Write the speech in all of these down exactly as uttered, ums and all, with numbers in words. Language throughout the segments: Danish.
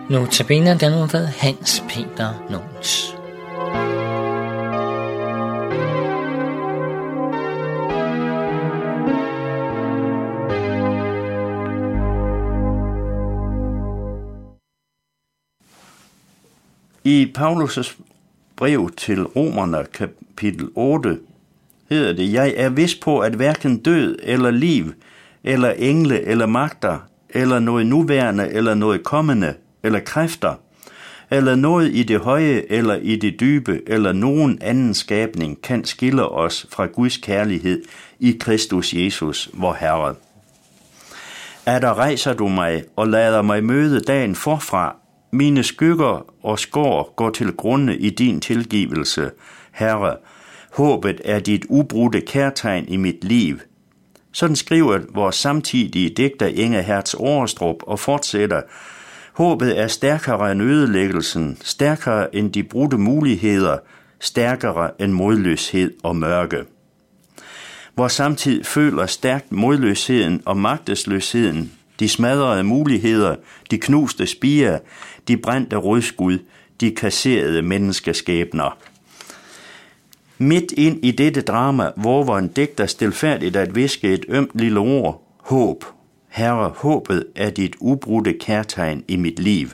Notabene den var ved Hans Peter Nons. I Paulus' brev til Romerne kapitel otte hedder det: Jeg er vis på, at hverken død eller liv, eller engle eller magter, eller noget nuværende eller noget kommende, eller kræfter, eller noget i det høje eller i det dybe, eller nogen anden skabning kan skille os fra Guds kærlighed i Kristus Jesus, vor Herre. Er der rejser du mig og lader mig møde dagen forfra, mine skygger og skår går til grunde i din tilgivelse, Herre. Håbet er dit ubrudte kærtegn i mit liv. Sådan skriver vores samtidige digter Inge Hertz Aarestrup og fortsætter: Håbet er stærkere end ødelæggelsen, stærkere end de brudte muligheder, stærkere end modløshed og mørke. Vores samtid føler stærkt modløsheden og magtesløsheden, de smadrede muligheder, de knuste spirer, de brændte rodskud, de kasserede menneskeskæbner. Midt ind i dette drama våger en digter stilfærdigt at viske et ømt lille ord: håb. Herre, håbet er dit ubrudte kærtegn i mit liv.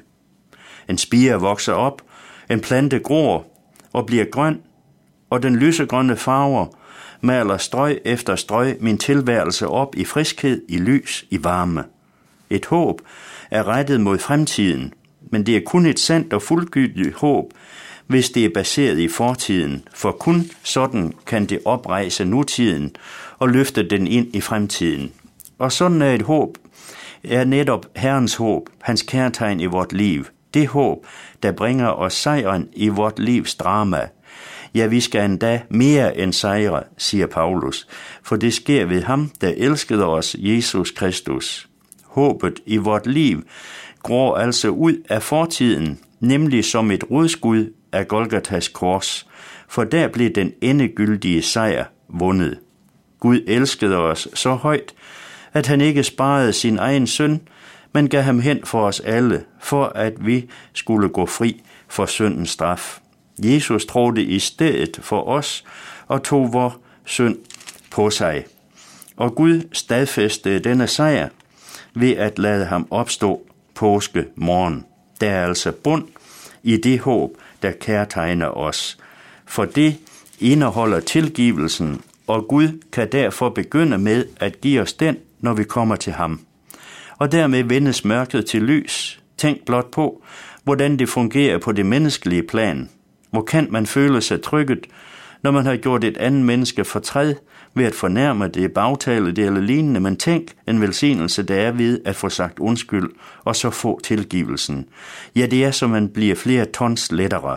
En spire vokser op, en plante gror og bliver grøn, og den lysegrønne farver maler strøg efter strøg min tilværelse op i friskhed, i lys, i varme. Et håb er rettet mod fremtiden, men det er kun et sandt og fuldgyldigt håb, hvis det er baseret i fortiden, for kun sådan kan det oprejse nutiden og løfte den ind i fremtiden. Og sådan er et håb, er netop Herrens håb, hans kærtegn i vort liv. Det håb, der bringer os sejren i vort livs drama. Ja, vi skal endda mere end sejre, siger Paulus, for det sker ved ham, der elskede os, Jesus Kristus. Håbet i vort liv gror altså ud af fortiden, nemlig som et rodskud af Golgatas kors, for der blev den endegyldige sejr vundet. Gud elskede os så højt, at han ikke sparede sin egen søn, men gav ham hen for os alle, for at vi skulle gå fri for syndens straf. Jesus trådte i stedet for os og tog vor synd på sig. Og Gud stadfæstede denne sejr ved at lade ham opstå påske morgen. Der er altså bund i det håb, der kærtegner os. For det indeholder tilgivelsen, og Gud kan derfor begynde med at give os den, når vi kommer til ham. Og dermed vendes mørket til lys. Tænk blot på, hvordan det fungerer på det menneskelige plan. Hvor kan man føle sig trykket, når man har gjort et andet menneske fortræd ved at fornærme det, bagtale det eller lignende, men tænk en velsignelse, der er ved at få sagt undskyld og så få tilgivelsen. Ja, det er, som man bliver flere tons lettere.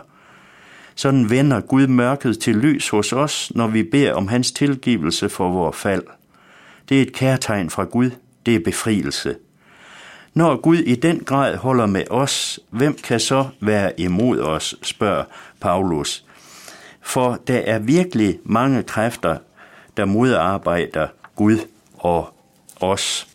Sådan vender Gud mørket til lys hos os, når vi beder om hans tilgivelse for vores fald. Det er et kærtegn fra Gud, det er befrielse. Når Gud i den grad holder med os, hvem kan så være imod os, spørger Paulus. For der er virkelig mange kræfter, der modarbejder Gud og os.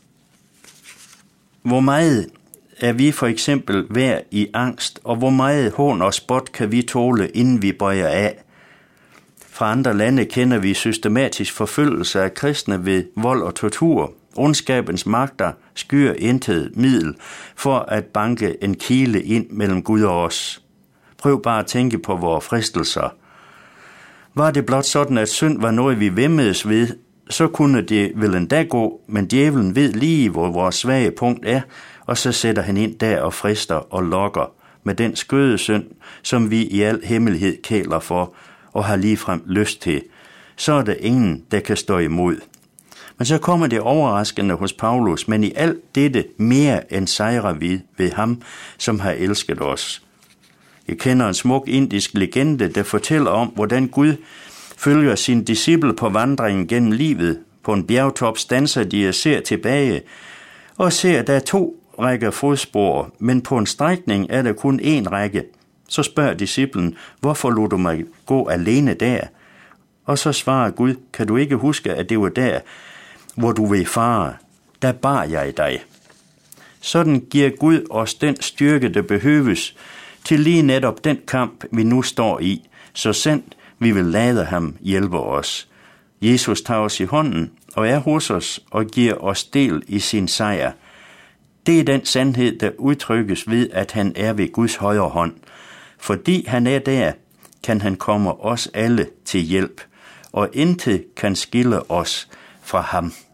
Hvor meget er vi for eksempel værd i angst, og hvor meget hån og spot kan vi tåle, inden vi bøjer af? Fra andre lande kender vi systematisk forfølgelse af kristne ved vold og tortur. Ondskabens magter skyer intet middel for at banke en kile ind mellem Gud og os. Prøv bare at tænke på vores fristelser. Var det blot sådan, at synd var noget, vi væmmedes ved, så kunne det vel endda gå, men djævlen ved lige, hvor vores svage punkt er, og så sætter han ind der og frister og lokker med den skøde synd, som vi i al hemmelighed kæler for og har ligefrem lyst til. Så er der ingen, der kan stå imod. Men så kommer det overraskende hos Paulus, men i alt dette mere end sejrer vi ved ham, som har elsket os. Jeg kender en smuk indisk legende, der fortæller om, hvordan Gud følger sin disciple på vandringen gennem livet. På en bjergtop standser de og ser tilbage, og ser, der er to rækker fodspor, men på en strækning er der kun én række. Så spørger disciplen, hvorfor lod du mig gå alene der? Og så svarer Gud, kan du ikke huske, at det var der, hvor du ved fare, der bar jeg dig. Sådan giver Gud os den styrke, der behøves til lige netop den kamp, vi nu står i, så sandt vi vil lade ham hjælpe os. Jesus tager os i hånden og er hos os og giver os del i sin sejr. Det er den sandhed, der udtrykkes ved, at han er ved Guds højre hånd. Fordi han er der, kan han komme os alle til hjælp, og intet kan skille os fra ham.